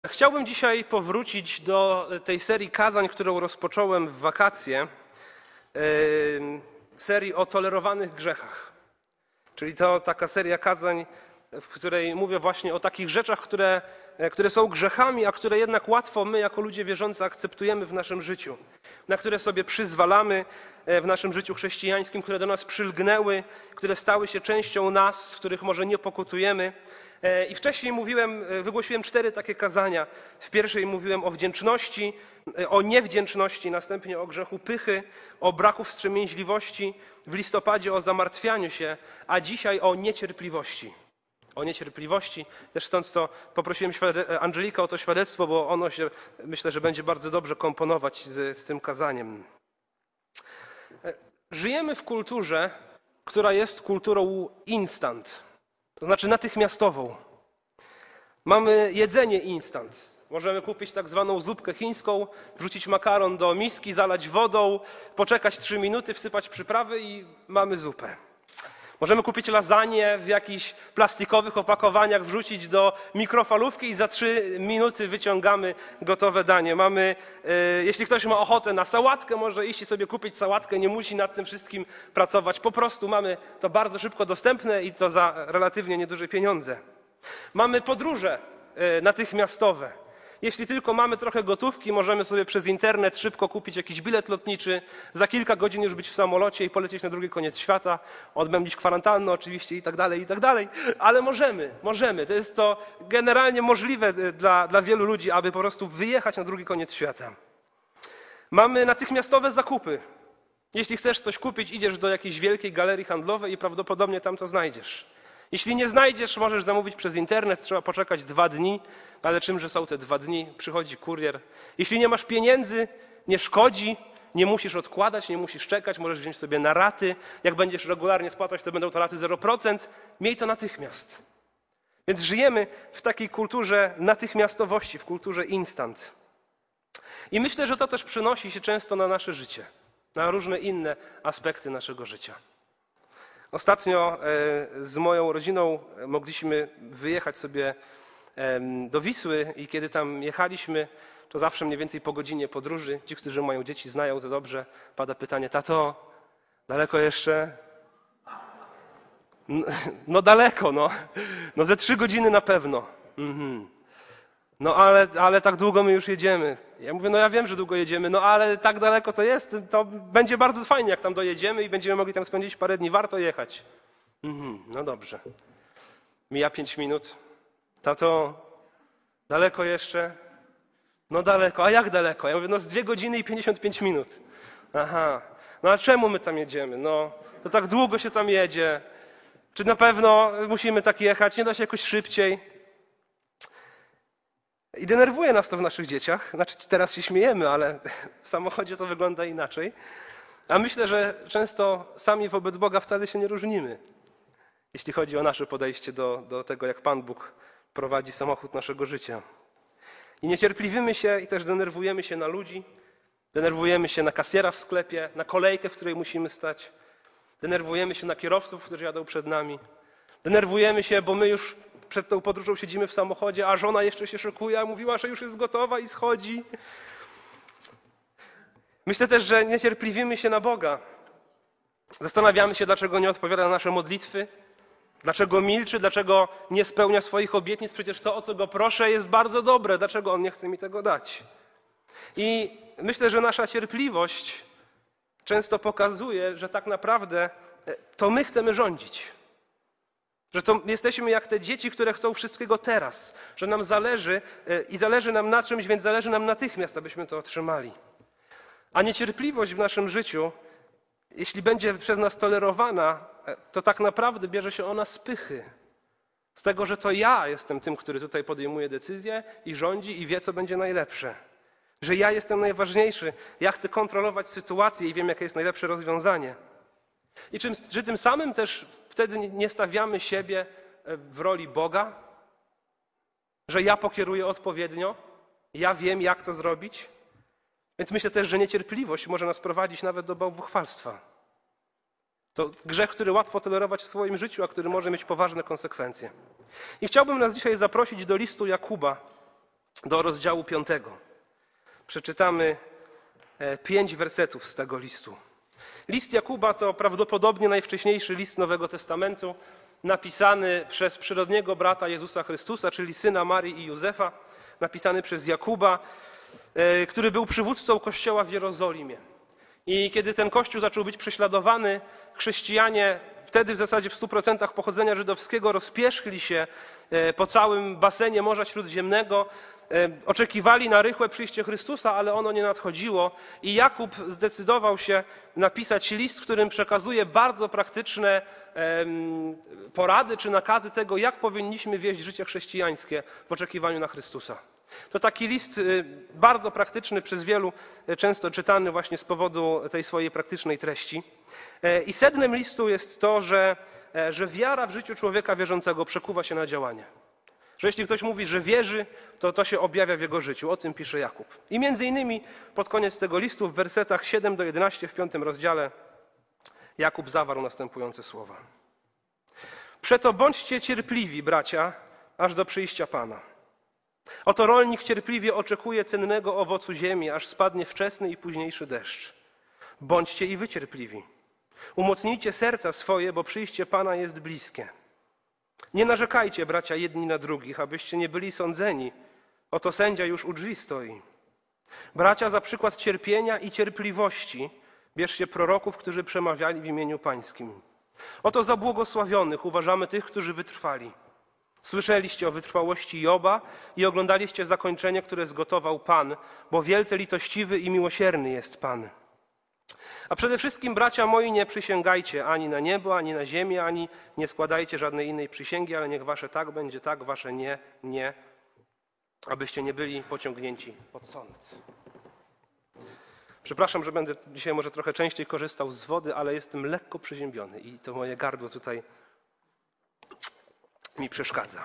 Chciałbym dzisiaj powrócić do tej serii kazań, którą rozpocząłem w wakacje, serii o tolerowanych grzechach. Czyli to taka seria kazań, w której mówię właśnie o takich rzeczach, które są grzechami, a które jednak łatwo my jako ludzie wierzący akceptujemy w naszym życiu, na które sobie przyzwalamy w naszym życiu chrześcijańskim, które do nas przylgnęły, które stały się częścią nas, z których może nie pokutujemy. I wcześniej wygłosiłem 4 takie kazania. W pierwszej mówiłem o wdzięczności, o niewdzięczności, następnie o grzechu pychy, o braku wstrzemięźliwości, w listopadzie o zamartwianiu się, a dzisiaj o niecierpliwości. O niecierpliwości. Też stąd to poprosiłem Angelikę o to świadectwo, bo ono się, myślę, że będzie bardzo dobrze komponować z tym kazaniem. Żyjemy w kulturze, która jest kulturą instant, to znaczy natychmiastową. Mamy jedzenie instant. Możemy kupić tak zwaną zupkę chińską, wrzucić makaron do miski, zalać wodą, poczekać 3 minuty, wsypać przyprawy i mamy zupę. Możemy kupić lasagne w jakichś plastikowych opakowaniach, wrzucić do mikrofalówki i za 3 minuty wyciągamy gotowe danie. Jeśli ktoś ma ochotę na sałatkę, może iść i sobie kupić sałatkę, nie musi nad tym wszystkim pracować. Po prostu mamy to bardzo szybko dostępne i to za relatywnie nieduże pieniądze. Mamy podróże natychmiastowe. Jeśli tylko mamy trochę gotówki, możemy sobie przez internet szybko kupić jakiś bilet lotniczy, za kilka godzin już być w samolocie i polecieć na drugi koniec świata, odbędzić kwarantannę oczywiście i tak dalej, ale możemy. To jest to generalnie możliwe dla wielu ludzi, aby po prostu wyjechać na drugi koniec świata. Mamy natychmiastowe zakupy. Jeśli chcesz coś kupić, idziesz do jakiejś wielkiej galerii handlowej i prawdopodobnie tam to znajdziesz. Jeśli nie znajdziesz, możesz zamówić przez internet, trzeba poczekać 2 dni, ale czymże są te 2 dni? Przychodzi kurier. Jeśli nie masz pieniędzy, nie szkodzi, nie musisz odkładać, nie musisz czekać, możesz wziąć sobie na raty. Jak będziesz regularnie spłacać, to będą to raty 0%. Miej to natychmiast. Więc żyjemy w takiej kulturze natychmiastowości, w kulturze instant. I myślę, że to też przynosi się często na nasze życie, na różne inne aspekty naszego życia. Ostatnio z moją rodziną mogliśmy wyjechać sobie do Wisły i kiedy tam jechaliśmy, to zawsze mniej więcej po godzinie podróży, ci, którzy mają dzieci, znają to dobrze, pada pytanie: tato, daleko jeszcze? No daleko, no ze 3 godziny na pewno. No ale tak długo my już jedziemy. Ja mówię, no ja wiem, że długo jedziemy, no ale tak daleko to jest, to będzie bardzo fajnie, jak tam dojedziemy i będziemy mogli tam spędzić parę dni, warto jechać. No dobrze. Mija 5 minut. Tato, daleko jeszcze? No daleko. A jak daleko? Ja mówię, no z 2 godziny i 55 minut. Aha. No a czemu my tam jedziemy? No to tak długo się tam jedzie. Czy na pewno musimy tak jechać? Nie da się jakoś szybciej? I denerwuje nas to w naszych dzieciach. Znaczy teraz się śmiejemy, ale w samochodzie to wygląda inaczej. A myślę, że często sami wobec Boga wcale się nie różnimy, jeśli chodzi o nasze podejście do tego, jak Pan Bóg prowadzi samochód naszego życia. I niecierpliwimy się i też denerwujemy się na ludzi, denerwujemy się na kasjera w sklepie, na kolejkę, w której musimy stać, denerwujemy się na kierowców, którzy jadą przed nami, denerwujemy się, bo my już przed tą podróżą siedzimy w samochodzie, a żona jeszcze się szykuje, a mówiła, że już jest gotowa i schodzi. Myślę też, że niecierpliwimy się na Boga. Zastanawiamy się, dlaczego nie odpowiada na nasze modlitwy, dlaczego milczy, dlaczego nie spełnia swoich obietnic. Przecież to, o co Go proszę, jest bardzo dobre. Dlaczego On nie chce mi tego dać? I myślę, że nasza cierpliwość często pokazuje, że tak naprawdę to my chcemy rządzić. Że to jesteśmy jak te dzieci, które chcą wszystkiego teraz. Że nam zależy i zależy nam na czymś, więc zależy nam natychmiast, abyśmy to otrzymali. A niecierpliwość w naszym życiu, jeśli będzie przez nas tolerowana, to tak naprawdę bierze się ona z pychy. Z tego, że to ja jestem tym, który tutaj podejmuje decyzje i rządzi i wie, co będzie najlepsze. Że ja jestem najważniejszy, ja chcę kontrolować sytuację i wiem, jakie jest najlepsze rozwiązanie. I czy tym samym też wtedy nie stawiamy siebie w roli Boga? Że ja pokieruję odpowiednio, ja wiem, jak to zrobić? Więc myślę też, że niecierpliwość może nas prowadzić nawet do bałwuchwalstwa. To grzech, który łatwo tolerować w swoim życiu, a który może mieć poważne konsekwencje. I chciałbym nas dzisiaj zaprosić do listu Jakuba, do rozdziału 5. Przeczytamy 5 wersetów z tego listu. List Jakuba to prawdopodobnie najwcześniejszy list Nowego Testamentu, napisany przez przyrodniego brata Jezusa Chrystusa, czyli syna Marii i Józefa, napisany przez Jakuba, który był przywódcą Kościoła w Jerozolimie. I kiedy ten Kościół zaczął być prześladowany, chrześcijanie, wtedy w zasadzie w 100% pochodzenia żydowskiego, rozpierzchli się po całym basenie Morza Śródziemnego, oczekiwali na rychłe przyjście Chrystusa, ale ono nie nadchodziło. I Jakub zdecydował się napisać list, w którym przekazuje bardzo praktyczne porady czy nakazy tego, jak powinniśmy wieść życie chrześcijańskie w oczekiwaniu na Chrystusa. To taki list bardzo praktyczny, przez wielu często czytany właśnie z powodu tej swojej praktycznej treści. I sednem listu jest to, że wiara w życiu człowieka wierzącego przekuwa się na działanie. Że jeśli ktoś mówi, że wierzy, to się objawia w jego życiu. O tym pisze Jakub. I między innymi pod koniec tego listu w wersetach 7 do 11 w 5 rozdziale Jakub zawarł następujące słowa. Przeto bądźcie cierpliwi, bracia, aż do przyjścia Pana. Oto rolnik cierpliwie oczekuje cennego owocu ziemi, aż spadnie wczesny i późniejszy deszcz. Bądźcie i wy cierpliwi. Umocnijcie serca swoje, bo przyjście Pana jest bliskie. Nie narzekajcie, bracia, jedni na drugich, abyście nie byli sądzeni. Oto sędzia już u drzwi stoi. Bracia, za przykład cierpienia i cierpliwości bierzcie proroków, którzy przemawiali w imieniu Pańskim. Oto za błogosławionych uważamy tych, którzy wytrwali. Słyszeliście o wytrwałości Joba i oglądaliście zakończenie, które zgotował Pan, bo wielce litościwy i miłosierny jest Pan. A przede wszystkim, bracia moi, nie przysięgajcie ani na niebo, ani na ziemię, ani nie składajcie żadnej innej przysięgi, ale niech wasze tak będzie tak, wasze nie, nie, abyście nie byli pociągnięci pod sąd. Przepraszam, że będę dzisiaj może trochę częściej korzystał z wody, ale jestem lekko przeziębiony i to moje gardło tutaj mi przeszkadza.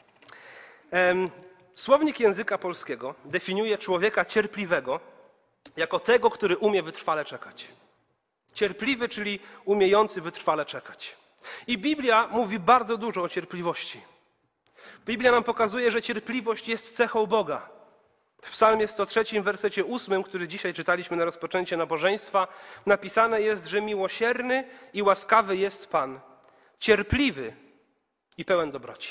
Słownik języka polskiego definiuje człowieka cierpliwego jako tego, który umie wytrwale czekać. Cierpliwy, czyli umiejący wytrwale czekać. I Biblia mówi bardzo dużo o cierpliwości. Biblia nam pokazuje, że cierpliwość jest cechą Boga. W Psalmie 103, wersecie 8, który dzisiaj czytaliśmy na rozpoczęcie nabożeństwa, napisane jest, że miłosierny i łaskawy jest Pan, cierpliwy i pełen dobroci.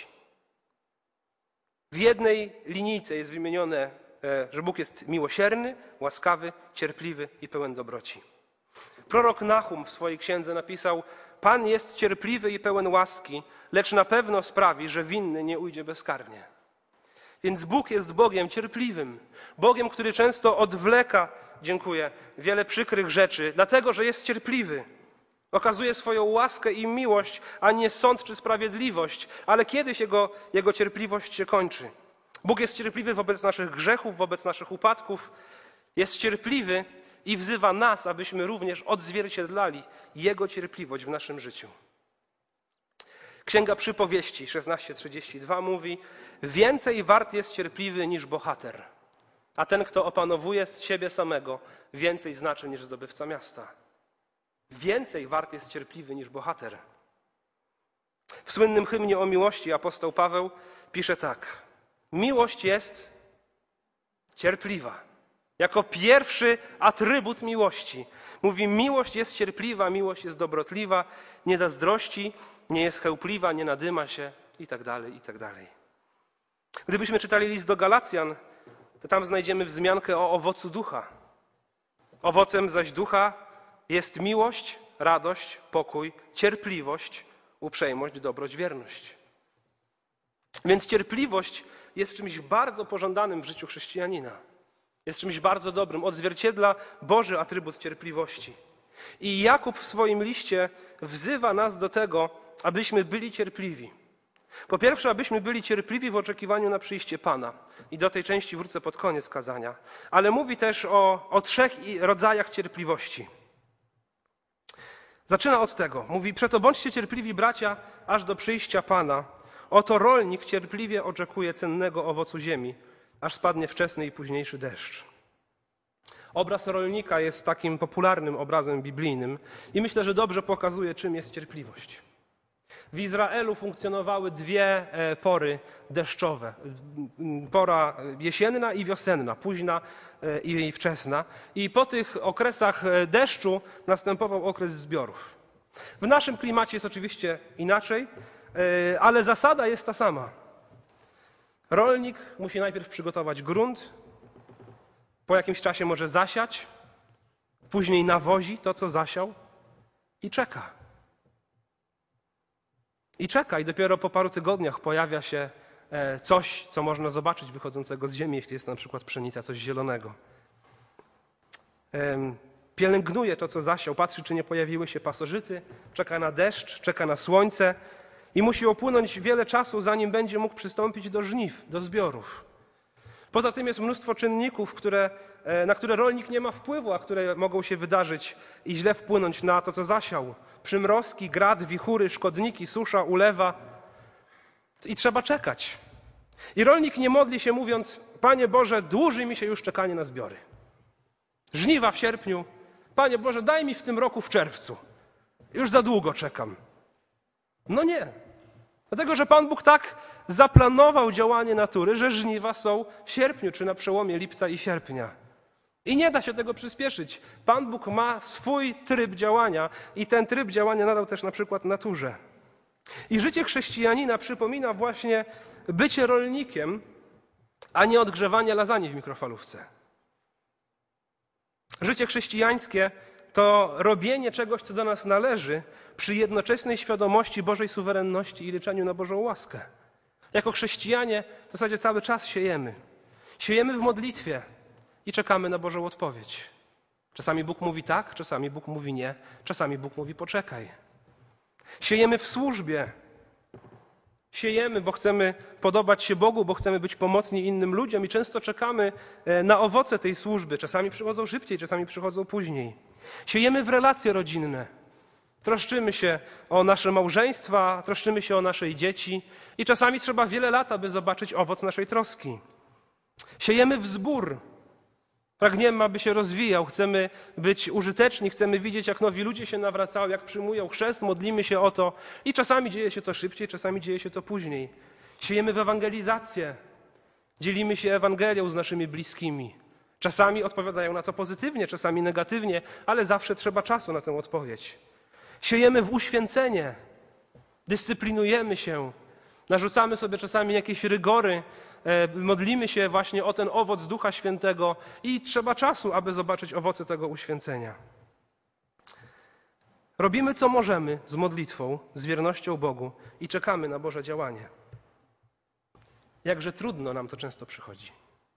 W jednej linijce jest wymienione, że Bóg jest miłosierny, łaskawy, cierpliwy i pełen dobroci. Prorok Nahum w swojej księdze napisał: Pan jest cierpliwy i pełen łaski, lecz na pewno sprawi, że winny nie ujdzie bezkarnie. Więc Bóg jest Bogiem cierpliwym, Bogiem, który często odwleka, wiele przykrych rzeczy, dlatego, że jest cierpliwy. Okazuje swoją łaskę i miłość, a nie sąd czy sprawiedliwość, ale kiedyś Jego cierpliwość się kończy. Bóg jest cierpliwy wobec naszych grzechów, wobec naszych upadków. Jest cierpliwy i wzywa nas, abyśmy również odzwierciedlali Jego cierpliwość w naszym życiu. Księga Przypowieści 16:32 mówi: więcej wart jest cierpliwy niż bohater, a ten, kto opanowuje siebie samego, więcej znaczy niż zdobywca miasta. Więcej wart jest cierpliwy niż bohater. W słynnym hymnie o miłości apostoł Paweł pisze tak: miłość jest cierpliwa. Jako pierwszy atrybut miłości. Mówi, miłość jest cierpliwa, miłość jest dobrotliwa, nie zazdrości, nie jest chełpliwa, nie nadyma się i tak dalej, i tak dalej. Gdybyśmy czytali list do Galacjan, to tam znajdziemy wzmiankę o owocu ducha. Owocem zaś ducha jest miłość, radość, pokój, cierpliwość, uprzejmość, dobroć, wierność. Więc cierpliwość jest czymś bardzo pożądanym w życiu chrześcijanina. Jest czymś bardzo dobrym, odzwierciedla Boży atrybut cierpliwości. I Jakub w swoim liście wzywa nas do tego, abyśmy byli cierpliwi. Po pierwsze, abyśmy byli cierpliwi w oczekiwaniu na przyjście Pana. I do tej części wrócę pod koniec kazania. Ale mówi też o 3 rodzajach cierpliwości. Zaczyna od tego. Mówi, przeto bądźcie cierpliwi, bracia, aż do przyjścia Pana. Oto rolnik cierpliwie oczekuje cennego owocu ziemi, aż spadnie wczesny i późniejszy deszcz. Obraz rolnika jest takim popularnym obrazem biblijnym i myślę, że dobrze pokazuje, czym jest cierpliwość. W Izraelu funkcjonowały dwie pory deszczowe. Pora jesienna i wiosenna, późna i wczesna. I po tych okresach deszczu następował okres zbiorów. W naszym klimacie jest oczywiście inaczej, ale zasada jest ta sama. Rolnik musi najpierw przygotować grunt, po jakimś czasie może zasiać, później nawozi to, co zasiał i czeka. I dopiero po paru tygodniach pojawia się coś, co można zobaczyć wychodzącego z ziemi, jeśli jest na przykład pszenica, coś zielonego. Pielęgnuje to, co zasiał, patrzy, czy nie pojawiły się pasożyty, czeka na deszcz, czeka na słońce i musi upłynąć wiele czasu, zanim będzie mógł przystąpić do żniw, do zbiorów. Poza tym jest mnóstwo czynników, na które rolnik nie ma wpływu, a które mogą się wydarzyć i źle wpłynąć na to, co zasiał. Przymrozki, grad, wichury, szkodniki, susza, ulewa. I trzeba czekać. I rolnik nie modli się mówiąc: Panie Boże, dłuży mi się już czekanie na zbiory. Żniwa w sierpniu. Panie Boże, daj mi w tym roku w czerwcu. Już za długo czekam. No nie. Dlatego, że Pan Bóg tak zaplanował działanie natury, że żniwa są w sierpniu, czy na przełomie lipca i sierpnia. I nie da się tego przyspieszyć. Pan Bóg ma swój tryb działania i ten tryb działania nadał też na przykład naturze. I życie chrześcijanina przypomina właśnie bycie rolnikiem, a nie odgrzewanie lasagne w mikrofalówce. Życie chrześcijańskie to robienie czegoś, co do nas należy, przy jednoczesnej świadomości Bożej suwerenności i liczeniu na Bożą łaskę. Jako chrześcijanie w zasadzie cały czas siejemy. Siejemy w modlitwie i czekamy na Bożą odpowiedź. Czasami Bóg mówi tak, czasami Bóg mówi nie, czasami Bóg mówi poczekaj. Siejemy w służbie. Siejemy, bo chcemy podobać się Bogu, bo chcemy być pomocni innym ludziom i często czekamy na owoce tej służby. Czasami przychodzą szybciej, czasami przychodzą później. Siejemy w relacje rodzinne. Troszczymy się o nasze małżeństwa, troszczymy się o nasze dzieci i czasami trzeba wiele lat, aby zobaczyć owoc naszej troski. Siejemy w zbór. Pragniemy, aby się rozwijał, chcemy być użyteczni, chcemy widzieć, jak nowi ludzie się nawracają, jak przyjmują chrzest, modlimy się o to i czasami dzieje się to szybciej, czasami dzieje się to później. Siejemy w ewangelizację, dzielimy się Ewangelią z naszymi bliskimi. Czasami odpowiadają na to pozytywnie, czasami negatywnie, ale zawsze trzeba czasu na tę odpowiedź. Siejemy w uświęcenie, dyscyplinujemy się, narzucamy sobie czasami jakieś rygory, modlimy się właśnie o ten owoc Ducha Świętego i trzeba czasu, aby zobaczyć owoce tego uświęcenia. Robimy, co możemy z modlitwą, z wiernością Bogu i czekamy na Boże działanie. Jakże trudno nam to często przychodzi.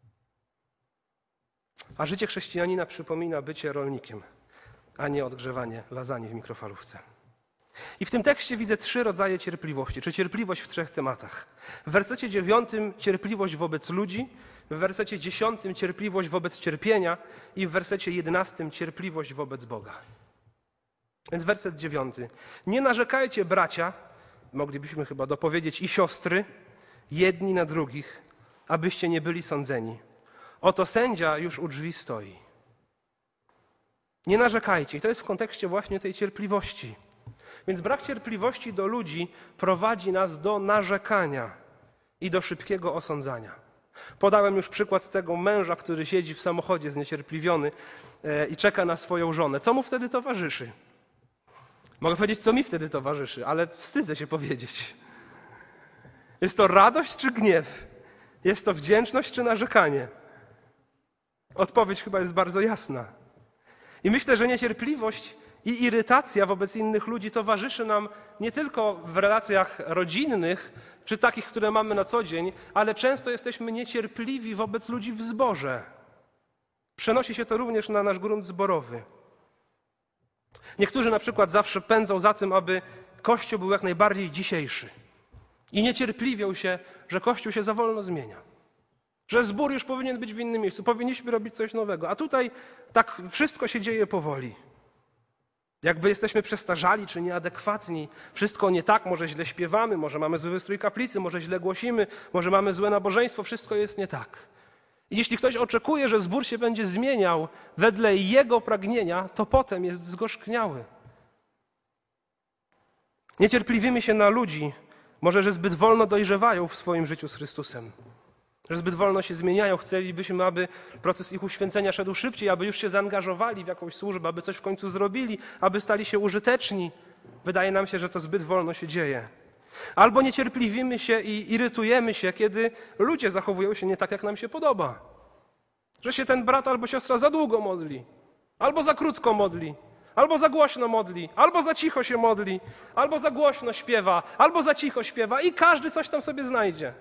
A życie chrześcijanina przypomina bycie rolnikiem, a nie odgrzewanie lasagne w mikrofalówce. I w tym tekście widzę 3 rodzaje cierpliwości, czy cierpliwość w 3 tematach. W wersecie 9 cierpliwość wobec ludzi, w wersecie 10 cierpliwość wobec cierpienia i w wersecie 11 cierpliwość wobec Boga. Więc werset 9. Nie narzekajcie, bracia, moglibyśmy chyba dopowiedzieć i siostry, jedni na drugich, abyście nie byli sądzeni. Oto sędzia już u drzwi stoi. Nie narzekajcie. I to jest w kontekście właśnie tej cierpliwości. Więc brak cierpliwości do ludzi prowadzi nas do narzekania i do szybkiego osądzania. Podałem już przykład tego męża, który siedzi w samochodzie zniecierpliwiony i czeka na swoją żonę. Co mu wtedy towarzyszy? Mogę powiedzieć, co mi wtedy towarzyszy, ale wstydzę się powiedzieć. Jest to radość czy gniew? Jest to wdzięczność czy narzekanie? Odpowiedź chyba jest bardzo jasna. I myślę, że niecierpliwość i irytacja wobec innych ludzi towarzyszy nam nie tylko w relacjach rodzinnych, czy takich, które mamy na co dzień, ale często jesteśmy niecierpliwi wobec ludzi w zborze. Przenosi się to również na nasz grunt zborowy. Niektórzy na przykład zawsze pędzą za tym, aby Kościół był jak najbardziej dzisiejszy. I niecierpliwią się, że Kościół się za wolno zmienia. Że zbór już powinien być w innym miejscu, powinniśmy robić coś nowego. A tutaj tak wszystko się dzieje powoli. Jakby jesteśmy przestarzali czy nieadekwatni. Wszystko nie tak, może źle śpiewamy, może mamy zły wystrój kaplicy, może źle głosimy, może mamy złe nabożeństwo, wszystko jest nie tak. I jeśli ktoś oczekuje, że zbór się będzie zmieniał wedle jego pragnienia, to potem jest zgorzkniały. Niecierpliwimy się na ludzi, może, że zbyt wolno dojrzewają w swoim życiu z Chrystusem, że zbyt wolno się zmieniają. Chcielibyśmy, aby proces ich uświęcenia szedł szybciej, aby już się zaangażowali w jakąś służbę, aby coś w końcu zrobili, aby stali się użyteczni. Wydaje nam się, że to zbyt wolno się dzieje. Albo niecierpliwimy się i irytujemy się, kiedy ludzie zachowują się nie tak, jak nam się podoba. Że się ten brat albo siostra za długo modli, albo za krótko modli, albo za głośno modli, albo za cicho się modli, albo za głośno śpiewa, albo za cicho śpiewa i każdy coś tam sobie znajdzie.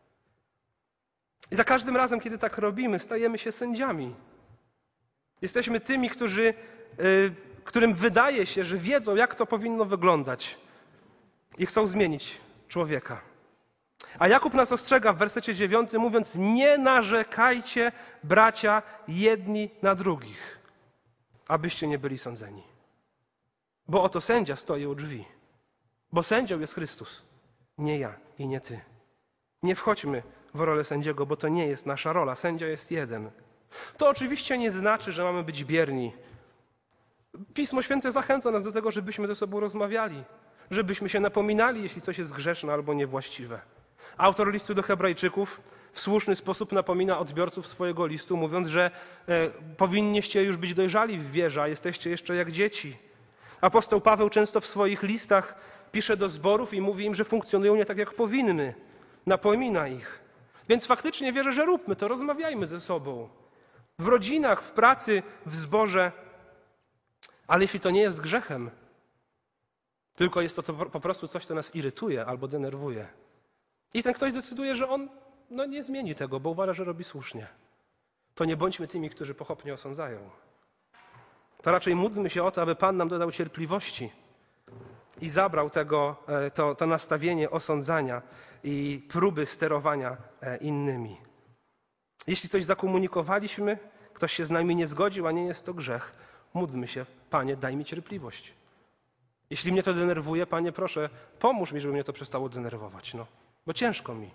I za każdym razem, kiedy tak robimy, stajemy się sędziami. Jesteśmy tymi, którym wydaje się, że wiedzą, jak to powinno wyglądać i chcą zmienić człowieka. A Jakub nas ostrzega w wersecie 9, mówiąc: nie narzekajcie, bracia, jedni na drugich, abyście nie byli sądzeni. Bo oto sędzia stoi u drzwi. Bo sędzią jest Chrystus, nie ja i nie ty. Nie wchodźmy w rolę sędziego, bo to nie jest nasza rola. Sędzia jest jeden. To oczywiście nie znaczy, że mamy być bierni. Pismo Święte zachęca nas do tego, żebyśmy ze sobą rozmawiali, żebyśmy się napominali, jeśli coś jest grzeszne albo niewłaściwe. Autor listu do Hebrajczyków w słuszny sposób napomina odbiorców swojego listu, mówiąc, że powinniście już być dojrzali w wierze, a jesteście jeszcze jak dzieci. Apostoł Paweł często w swoich listach pisze do zborów i mówi im, że funkcjonują nie tak, jak powinny. Napomina ich. Więc faktycznie wierzę, że róbmy to, rozmawiajmy ze sobą. W rodzinach, w pracy, w zborze. Ale jeśli to nie jest grzechem, tylko jest to po prostu coś, co nas irytuje albo denerwuje. I ten ktoś decyduje, że on nie zmieni tego, bo uważa, że robi słusznie. To nie bądźmy tymi, którzy pochopnie osądzają. To raczej módlmy się o to, aby Pan nam dodał cierpliwości i zabrał to nastawienie osądzania i próby sterowania innymi. Jeśli coś zakomunikowaliśmy, ktoś się z nami nie zgodził, a nie jest to grzech, módlmy się: Panie, daj mi cierpliwość. Jeśli mnie to denerwuje, Panie, proszę, pomóż mi, żeby mnie to przestało denerwować, bo ciężko mi.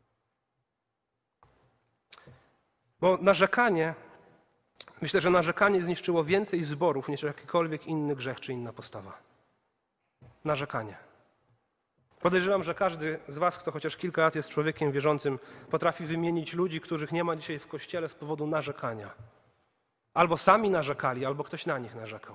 Bo myślę, że narzekanie zniszczyło więcej zborów niż jakikolwiek inny grzech czy inna postawa. Narzekanie. Podejrzewam, że każdy z was, kto chociaż kilka lat jest człowiekiem wierzącym, potrafi wymienić ludzi, których nie ma dzisiaj w kościele z powodu narzekania. Albo sami narzekali, albo ktoś na nich narzekał.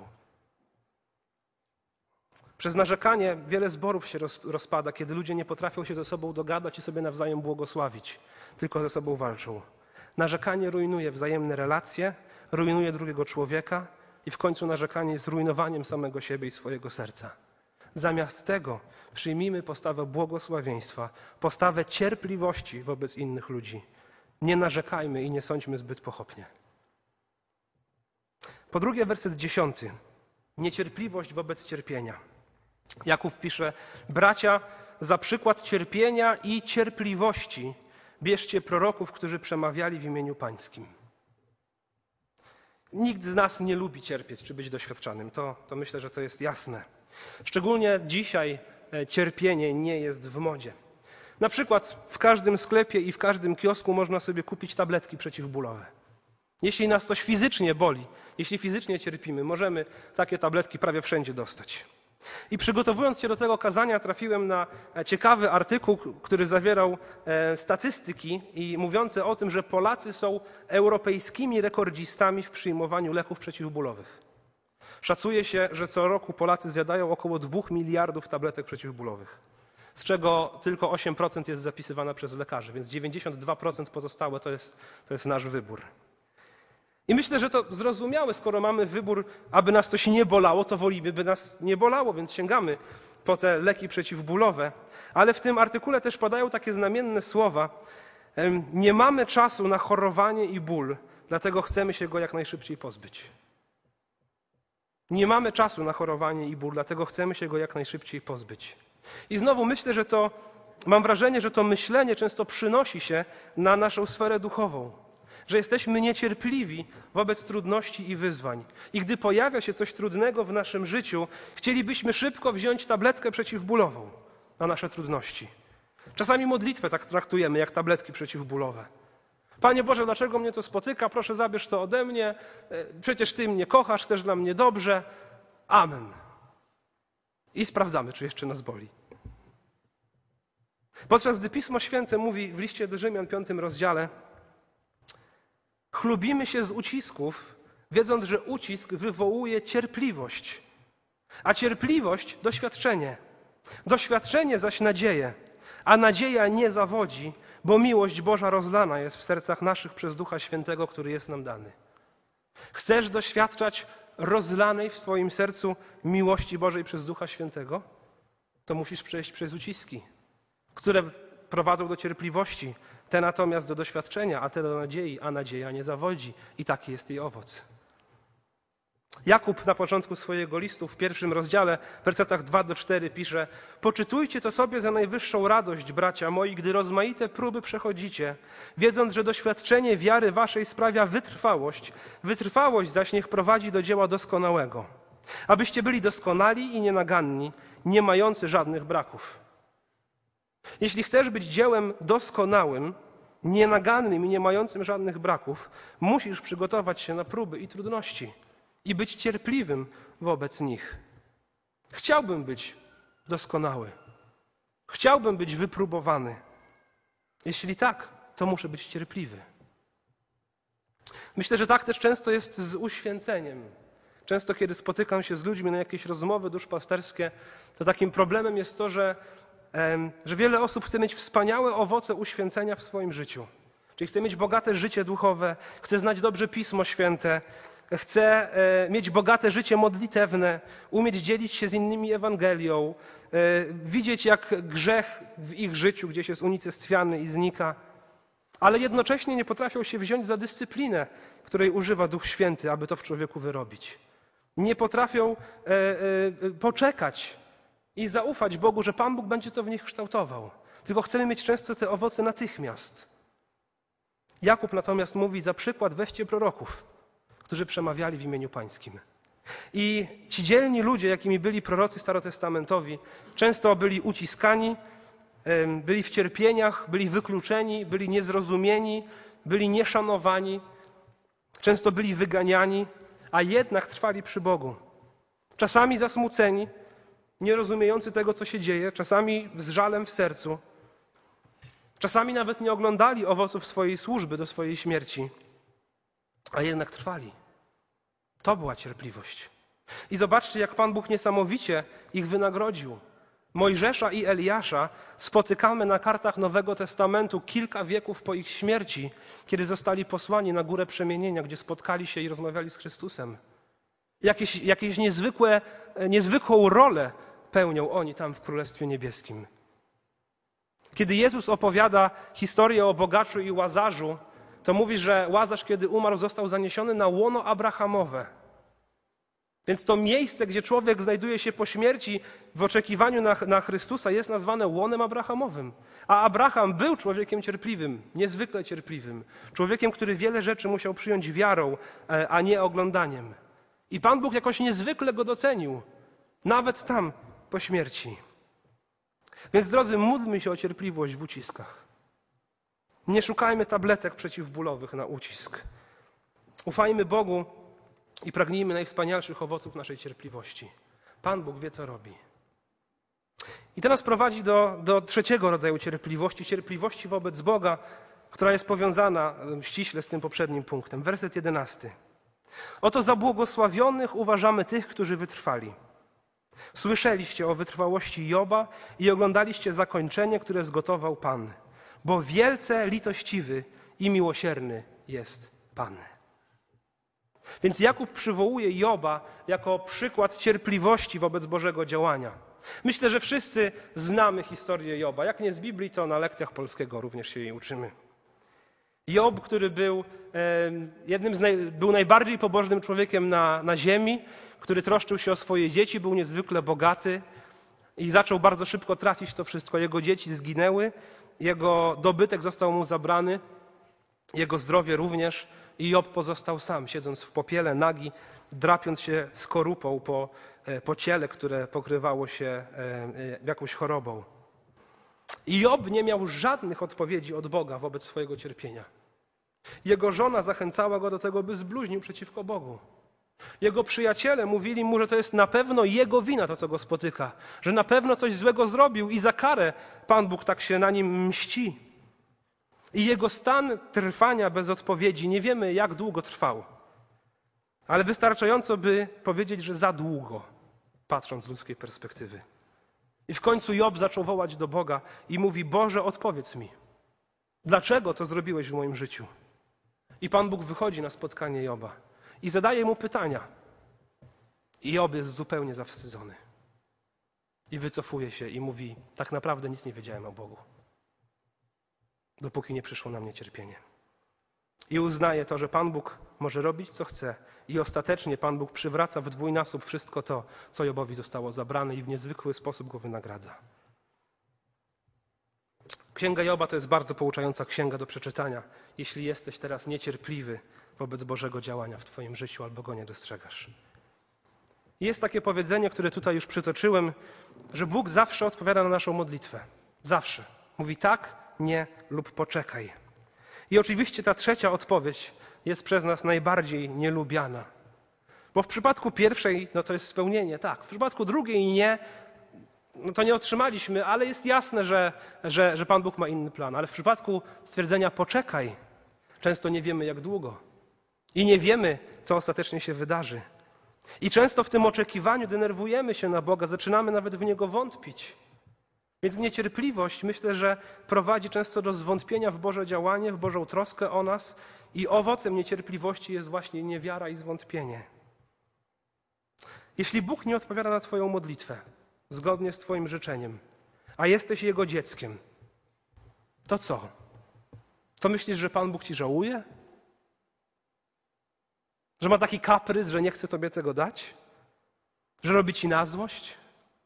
Przez narzekanie wiele zborów się rozpada, kiedy ludzie nie potrafią się ze sobą dogadać i sobie nawzajem błogosławić, tylko ze sobą walczą. Narzekanie rujnuje wzajemne relacje, rujnuje drugiego człowieka i w końcu narzekanie jest rujnowaniem samego siebie i swojego serca. Zamiast tego przyjmijmy postawę błogosławieństwa, postawę cierpliwości wobec innych ludzi. Nie narzekajmy i nie sądźmy zbyt pochopnie. Po drugie, werset 10. Niecierpliwość wobec cierpienia. Jakub pisze: bracia, za przykład cierpienia i cierpliwości bierzcie proroków, którzy przemawiali w imieniu Pańskim. Nikt z nas nie lubi cierpieć czy być doświadczanym. To myślę, że to jest jasne. Szczególnie dzisiaj cierpienie nie jest w modzie. Na przykład w każdym sklepie i w każdym kiosku można sobie kupić tabletki przeciwbólowe. Jeśli nas coś fizycznie boli, jeśli fizycznie cierpimy, możemy takie tabletki prawie wszędzie dostać. I przygotowując się do tego kazania, trafiłem na ciekawy artykuł, który zawierał statystyki i mówiące o tym, że Polacy są europejskimi rekordzistami w przyjmowaniu leków przeciwbólowych. Szacuje się, że co roku Polacy zjadają około 2 miliardów tabletek przeciwbólowych, z czego tylko 8% jest zapisywane przez lekarzy, więc 92% pozostałe to jest nasz wybór. I myślę, że to zrozumiałe, skoro mamy wybór, aby nas coś nie bolało, to wolimy, by nas nie bolało, więc sięgamy po te leki przeciwbólowe. Ale w tym artykule też padają takie znamienne słowa: nie mamy czasu na chorowanie i ból, dlatego chcemy się go jak najszybciej pozbyć. Nie mamy czasu na chorowanie i ból, dlatego chcemy się go jak najszybciej pozbyć. I znowu myślę, mam wrażenie, że to myślenie często przynosi się na naszą sferę duchową. Że jesteśmy niecierpliwi wobec trudności i wyzwań. I gdy pojawia się coś trudnego w naszym życiu, chcielibyśmy szybko wziąć tabletkę przeciwbólową na nasze trudności. Czasami modlitwę tak traktujemy, jak tabletki przeciwbólowe. Panie Boże, dlaczego mnie to spotyka? Proszę, zabierz to ode mnie. Przecież Ty mnie kochasz, też dla mnie dobrze. Amen. I sprawdzamy, czy jeszcze nas boli. Podczas gdy Pismo Święte mówi w liście do Rzymian, 5 rozdziale, chlubimy się z ucisków, wiedząc, że ucisk wywołuje cierpliwość, a cierpliwość doświadczenie. Doświadczenie zaś nadzieję, a nadzieja nie zawodzi, bo miłość Boża rozlana jest w sercach naszych przez Ducha Świętego, który jest nam dany. Chcesz doświadczać rozlanej w swoim sercu miłości Bożej przez Ducha Świętego? To musisz przejść przez uciski, które prowadzą do cierpliwości, te natomiast do doświadczenia, a te do nadziei, a nadzieja nie zawodzi. I taki jest jej owoc. Jakub na początku swojego listu w 1 rozdziale, w wersetach 2-4 pisze: poczytujcie to sobie za najwyższą radość, bracia moi, gdy rozmaite próby przechodzicie, wiedząc, że doświadczenie wiary waszej sprawia wytrwałość. Wytrwałość zaś niech prowadzi do dzieła doskonałego, abyście byli doskonali i nienaganni, nie mający żadnych braków. Jeśli chcesz być dziełem doskonałym, nienagannym i nie mającym żadnych braków, musisz przygotować się na próby i trudności i być cierpliwym wobec nich. Chciałbym być doskonały. Chciałbym być wypróbowany. Jeśli tak, to muszę być cierpliwy. Myślę, że tak też często jest z uświęceniem. Często, kiedy spotykam się z ludźmi na jakieś rozmowy duszpasterskie, to takim problemem jest to, że wiele osób chce mieć wspaniałe owoce uświęcenia w swoim życiu. Czyli chce mieć bogate życie duchowe, chce znać dobrze Pismo Święte, chce mieć bogate życie modlitewne, umieć dzielić się z innymi Ewangelią, widzieć, jak grzech w ich życiu gdzieś jest unicestwiany i znika, ale jednocześnie nie potrafią się wziąć za dyscyplinę, której używa Duch Święty, aby to w człowieku wyrobić. Nie potrafią poczekać i zaufać Bogu, że Pan Bóg będzie to w nich kształtował. Tylko chcemy mieć często te owoce natychmiast. Jakub natomiast mówi: za przykład weźcie proroków, którzy przemawiali w imieniu Pańskim. I ci dzielni ludzie, jakimi byli prorocy starotestamentowi, często byli uciskani, byli w cierpieniach, byli wykluczeni, byli niezrozumieni, byli nieszanowani, często byli wyganiani, a jednak trwali przy Bogu. Czasami zasmuceni, nie rozumiejący tego, co się dzieje, czasami z żalem w sercu, czasami nawet nie oglądali owoców swojej służby do swojej śmierci, a jednak trwali. To była cierpliwość. I zobaczcie, jak Pan Bóg niesamowicie ich wynagrodził. Mojżesza i Eliasza spotykamy na kartach Nowego Testamentu kilka wieków po ich śmierci, kiedy zostali posłani na Górę Przemienienia, gdzie spotkali się i rozmawiali z Chrystusem. Jakieś niezwykłą rolę pełnią oni tam w Królestwie Niebieskim. Kiedy Jezus opowiada historię o bogaczu i Łazarzu, to mówi, że Łazarz, kiedy umarł, został zaniesiony na łono Abrahamowe. Więc to miejsce, gdzie człowiek znajduje się po śmierci w oczekiwaniu na Chrystusa, jest nazwane łonem Abrahamowym. A Abraham był człowiekiem cierpliwym, niezwykle cierpliwym. Człowiekiem, który wiele rzeczy musiał przyjąć wiarą, a nie oglądaniem. I Pan Bóg jakoś niezwykle go docenił, nawet tam po śmierci. Więc drodzy, módlmy się o cierpliwość w uciskach. Nie szukajmy tabletek przeciwbólowych na ucisk. Ufajmy Bogu i pragnijmy najwspanialszych owoców naszej cierpliwości. Pan Bóg wie, co robi. I to nas prowadzi do trzeciego rodzaju cierpliwości, cierpliwości wobec Boga, która jest powiązana ściśle z tym poprzednim punktem. Werset 11. Oto za błogosławionych uważamy tych, którzy wytrwali. Słyszeliście o wytrwałości Joba i oglądaliście zakończenie, które zgotował Pan, bo wielce litościwy i miłosierny jest Pan. Więc Jakub przywołuje Joba jako przykład cierpliwości wobec Bożego działania. Myślę, że wszyscy znamy historię Joba. Jak nie z Biblii, to na lekcjach polskiego również się jej uczymy. Job, który był najbardziej pobożnym człowiekiem na ziemi, który troszczył się o swoje dzieci, był niezwykle bogaty i zaczął bardzo szybko tracić to wszystko. Jego dzieci zginęły, jego dobytek został mu zabrany, jego zdrowie również i Job pozostał sam, siedząc w popiele, nagi, drapiąc się skorupą po ciele, które pokrywało się jakąś chorobą. I Job nie miał żadnych odpowiedzi od Boga wobec swojego cierpienia. Jego żona zachęcała go do tego, by zbluźnił przeciwko Bogu. Jego przyjaciele mówili mu, że to jest na pewno jego wina to, co go spotyka, że na pewno coś złego zrobił i za karę Pan Bóg tak się na nim mści. I jego stan trwania bez odpowiedzi, nie wiemy jak długo trwał, ale wystarczająco, by powiedzieć, że za długo, patrząc z ludzkiej perspektywy. I w końcu Job zaczął wołać do Boga i mówi: Boże, odpowiedz mi, dlaczego to zrobiłeś w moim życiu? I Pan Bóg wychodzi na spotkanie Joba i zadaje mu pytania. I Job jest zupełnie zawstydzony. I wycofuje się i mówi: tak naprawdę nic nie wiedziałem o Bogu, dopóki nie przyszło na mnie cierpienie. I uznaje to, że Pan Bóg może robić, co chce. I ostatecznie Pan Bóg przywraca w dwójnasób wszystko to, co Jobowi zostało zabrane i w niezwykły sposób go wynagradza. Księga Joba to jest bardzo pouczająca księga do przeczytania, jeśli jesteś teraz niecierpliwy wobec Bożego działania w twoim życiu albo go nie dostrzegasz. Jest takie powiedzenie, które tutaj już przytoczyłem, że Bóg zawsze odpowiada na naszą modlitwę. Zawsze. Mówi tak, nie lub poczekaj. I oczywiście ta trzecia odpowiedź jest przez nas najbardziej nielubiana. Bo w przypadku pierwszej, to jest spełnienie, tak. W przypadku drugiej nie, to nie otrzymaliśmy, ale jest jasne, że Pan Bóg ma inny plan. Ale w przypadku stwierdzenia poczekaj, często nie wiemy jak długo. I nie wiemy, co ostatecznie się wydarzy. I często w tym oczekiwaniu denerwujemy się na Boga, zaczynamy nawet w Niego wątpić. Więc niecierpliwość, myślę, że prowadzi często do zwątpienia w Boże działanie, w Bożą troskę o nas i owocem niecierpliwości jest właśnie niewiara i zwątpienie. Jeśli Bóg nie odpowiada na twoją modlitwę, zgodnie z twoim życzeniem, a jesteś Jego dzieckiem, to co? To myślisz, że Pan Bóg ci żałuje? Że ma taki kaprys, że nie chce tobie tego dać? Że robi ci na złość?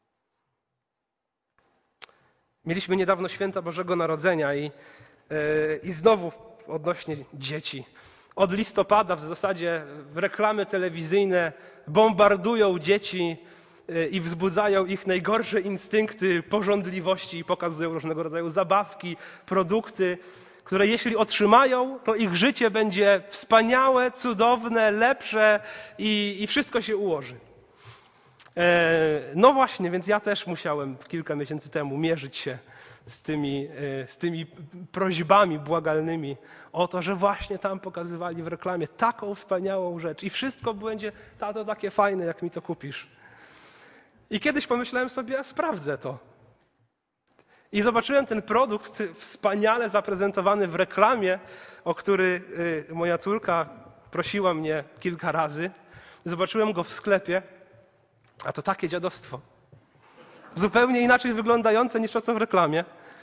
Mieliśmy niedawno święta Bożego Narodzenia i znowu odnośnie dzieci. Od listopada w zasadzie reklamy telewizyjne bombardują dzieci i wzbudzają ich najgorsze instynkty pożądliwości i pokazują różnego rodzaju zabawki, produkty, które jeśli otrzymają, to ich życie będzie wspaniałe, cudowne, lepsze i wszystko się ułoży. No właśnie, więc ja też musiałem kilka miesięcy temu mierzyć się z tymi prośbami błagalnymi o to, że właśnie tam pokazywali w reklamie taką wspaniałą rzecz i wszystko będzie, tato, takie fajne, jak mi to kupisz. I kiedyś pomyślałem sobie, ja sprawdzę to. I zobaczyłem ten produkt wspaniale zaprezentowany w reklamie, o który moja córka prosiła mnie kilka razy. Zobaczyłem go w sklepie, a to takie dziadostwo. Zupełnie inaczej wyglądające niż to, co w reklamie.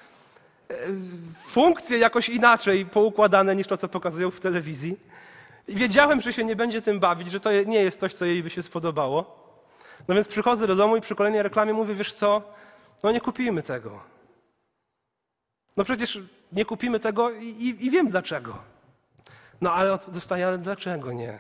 Funkcje jakoś inaczej poukładane niż to, co pokazują w telewizji. I wiedziałem, że się nie będzie tym bawić, że to nie jest coś, co jej by się spodobało. No więc przychodzę do domu i przy kolejnej reklamie mówię, wiesz co, no nie kupimy tego. No przecież nie kupimy tego i wiem dlaczego. No ale dostaję, ale dlaczego nie?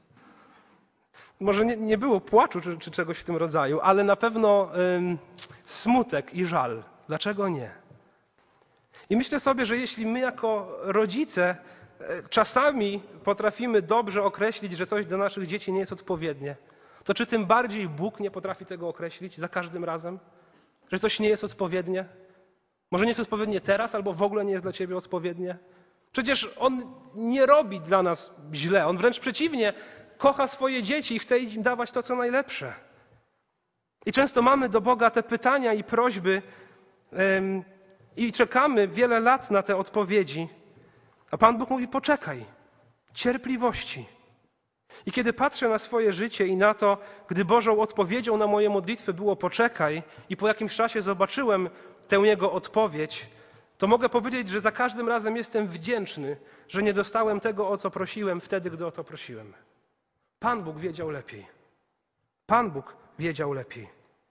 Może nie było płaczu czy czegoś w tym rodzaju, ale na pewno smutek i żal. Dlaczego nie? I myślę sobie, że jeśli my jako rodzice czasami potrafimy dobrze określić, że coś dla naszych dzieci nie jest odpowiednie, to czy tym bardziej Bóg nie potrafi tego określić za każdym razem? Że coś nie jest odpowiednie? Może nie jest odpowiednie teraz, albo w ogóle nie jest dla ciebie odpowiednie? Przecież On nie robi dla nas źle. On wręcz przeciwnie, kocha swoje dzieci i chce im dawać to, co najlepsze. I często mamy do Boga te pytania i prośby i czekamy wiele lat na te odpowiedzi. A Pan Bóg mówi, poczekaj, cierpliwości. I kiedy patrzę na swoje życie i na to, gdy Bożą odpowiedzią na moje modlitwy było poczekaj i po jakimś czasie zobaczyłem tę Jego odpowiedź, to mogę powiedzieć, że za każdym razem jestem wdzięczny, że nie dostałem tego, o co prosiłem wtedy, gdy o to prosiłem. Pan Bóg wiedział lepiej. Pan Bóg wiedział lepiej.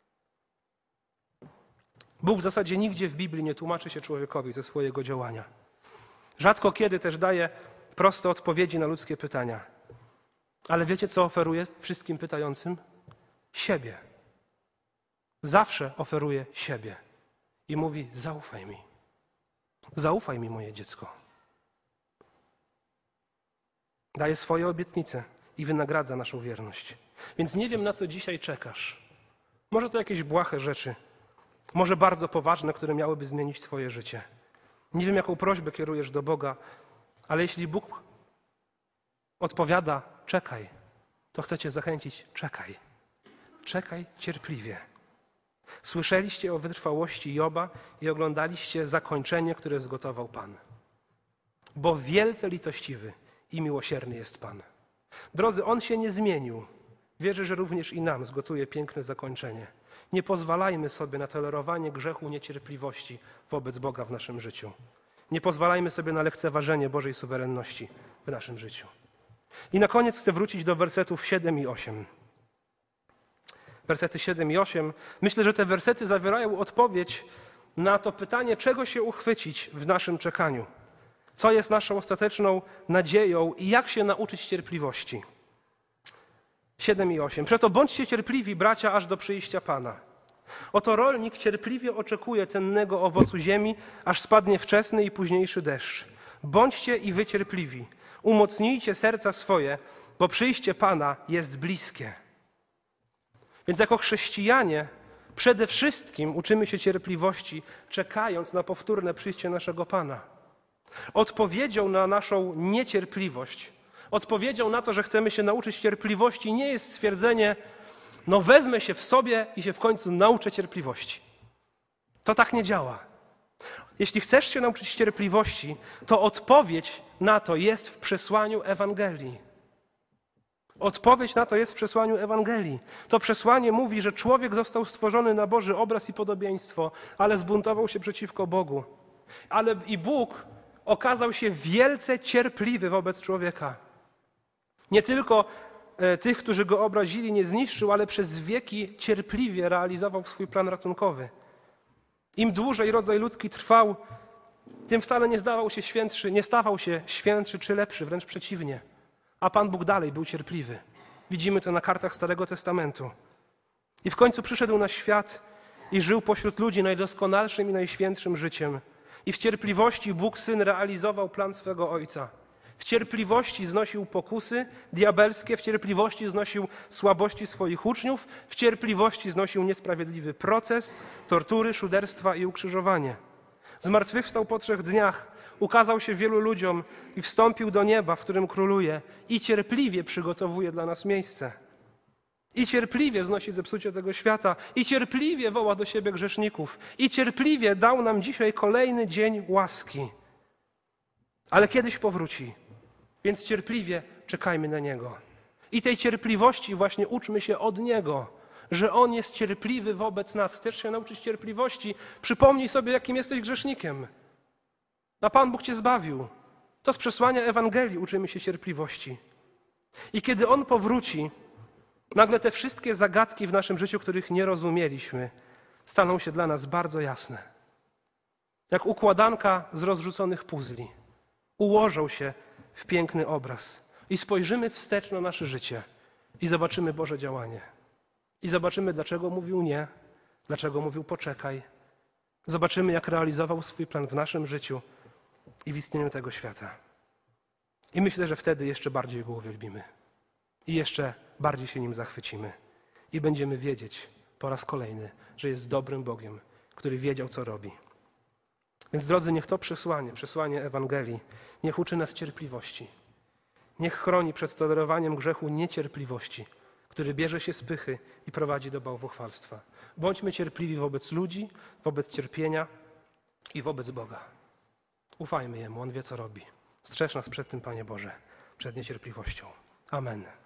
Bóg w zasadzie nigdzie w Biblii nie tłumaczy się człowiekowi ze swojego działania. Rzadko kiedy też daje proste odpowiedzi na ludzkie pytania. Ale wiecie, co oferuje wszystkim pytającym? Siebie. Zawsze oferuje siebie. I mówi, zaufaj mi. Zaufaj mi, moje dziecko. Daje swoje obietnice. i wynagradza naszą wierność. Więc nie wiem, na co dzisiaj czekasz. Może to jakieś błahe rzeczy, może bardzo poważne, które miałyby zmienić twoje życie. Nie wiem, jaką prośbę kierujesz do Boga, ale jeśli Bóg odpowiada, czekaj, to chcę cię zachęcić, czekaj. Czekaj cierpliwie. Słyszeliście o wytrwałości Joba i oglądaliście zakończenie, które zgotował Pan. Bo wielce litościwy i miłosierny jest Pan. Drodzy, On się nie zmienił. Wierzę, że również i nam zgotuje piękne zakończenie. Nie pozwalajmy sobie na tolerowanie grzechu niecierpliwości wobec Boga w naszym życiu. Nie pozwalajmy sobie na lekceważenie Bożej suwerenności w naszym życiu. I na koniec chcę wrócić do wersetów 7 i 8. Wersety 7 i 8. Myślę, że te wersety zawierają odpowiedź na to pytanie, czego się uchwycić w naszym czekaniu. Co jest naszą ostateczną nadzieją i jak się nauczyć cierpliwości. 7 i 8. Przeto bądźcie cierpliwi, bracia, aż do przyjścia Pana. Oto rolnik cierpliwie oczekuje cennego owocu ziemi, aż spadnie wczesny i późniejszy deszcz. Bądźcie i wy cierpliwi. Umocnijcie serca swoje, bo przyjście Pana jest bliskie. Więc jako chrześcijanie przede wszystkim uczymy się cierpliwości, czekając na powtórne przyjście naszego Pana. Odpowiedzią na naszą niecierpliwość, odpowiedzią na to, że chcemy się nauczyć cierpliwości, nie jest stwierdzenie, no wezmę się w sobie i się w końcu nauczę cierpliwości. To tak nie działa. Jeśli chcesz się nauczyć cierpliwości, to odpowiedź na to jest w przesłaniu Ewangelii. Odpowiedź na to jest w przesłaniu Ewangelii. To przesłanie mówi, że człowiek został stworzony na Boży obraz i podobieństwo, ale zbuntował się przeciwko Bogu. Ale i Bóg okazał się wielce cierpliwy wobec człowieka. Nie tylko tych, którzy go obrazili, nie zniszczył, ale przez wieki cierpliwie realizował swój plan ratunkowy. Im dłużej rodzaj ludzki trwał, tym wcale nie stawał się świętszy czy lepszy, wręcz przeciwnie. A Pan Bóg dalej był cierpliwy. Widzimy to na kartach Starego Testamentu. I w końcu przyszedł na świat i żył pośród ludzi najdoskonalszym i najświętszym życiem. I w cierpliwości Bóg Syn realizował plan swego Ojca. W cierpliwości znosił pokusy diabelskie, w cierpliwości znosił słabości swoich uczniów, w cierpliwości znosił niesprawiedliwy proces, tortury, szuderstwa i ukrzyżowanie. Zmartwychwstał po 3 dniach, ukazał się wielu ludziom i wstąpił do nieba, w którym króluje i cierpliwie przygotowuje dla nas miejsce. I cierpliwie znosi zepsucie tego świata, i cierpliwie woła do siebie grzeszników, i cierpliwie dał nam dzisiaj kolejny dzień łaski. Ale kiedyś powróci, więc cierpliwie czekajmy na Niego. I tej cierpliwości właśnie uczmy się od Niego, że On jest cierpliwy wobec nas. Chcesz się nauczyć cierpliwości? Przypomnij sobie, jakim jesteś grzesznikiem. A Pan Bóg cię zbawił. To z przesłania Ewangelii uczymy się cierpliwości. I kiedy On powróci, nagle te wszystkie zagadki w naszym życiu, których nie rozumieliśmy, staną się dla nas bardzo jasne. Jak układanka z rozrzuconych puzli. Ułożą się w piękny obraz. I spojrzymy wstecz na nasze życie i zobaczymy Boże działanie. I zobaczymy, dlaczego mówił nie, dlaczego mówił poczekaj. Zobaczymy, jak realizował swój plan w naszym życiu i w istnieniu tego świata. I myślę, że wtedy jeszcze bardziej Go uwielbimy. I jeszcze bardziej się Nim zachwycimy. I będziemy wiedzieć po raz kolejny, że jest dobrym Bogiem, który wiedział, co robi. Więc drodzy, niech to przesłanie Ewangelii, niech uczy nas cierpliwości. Niech chroni przed tolerowaniem grzechu niecierpliwości, który bierze się z pychy i prowadzi do bałwochwalstwa. Bądźmy cierpliwi wobec ludzi, wobec cierpienia i wobec Boga. Ufajmy Jemu, On wie, co robi. Strzeż nas przed tym, Panie Boże, przed niecierpliwością. Amen.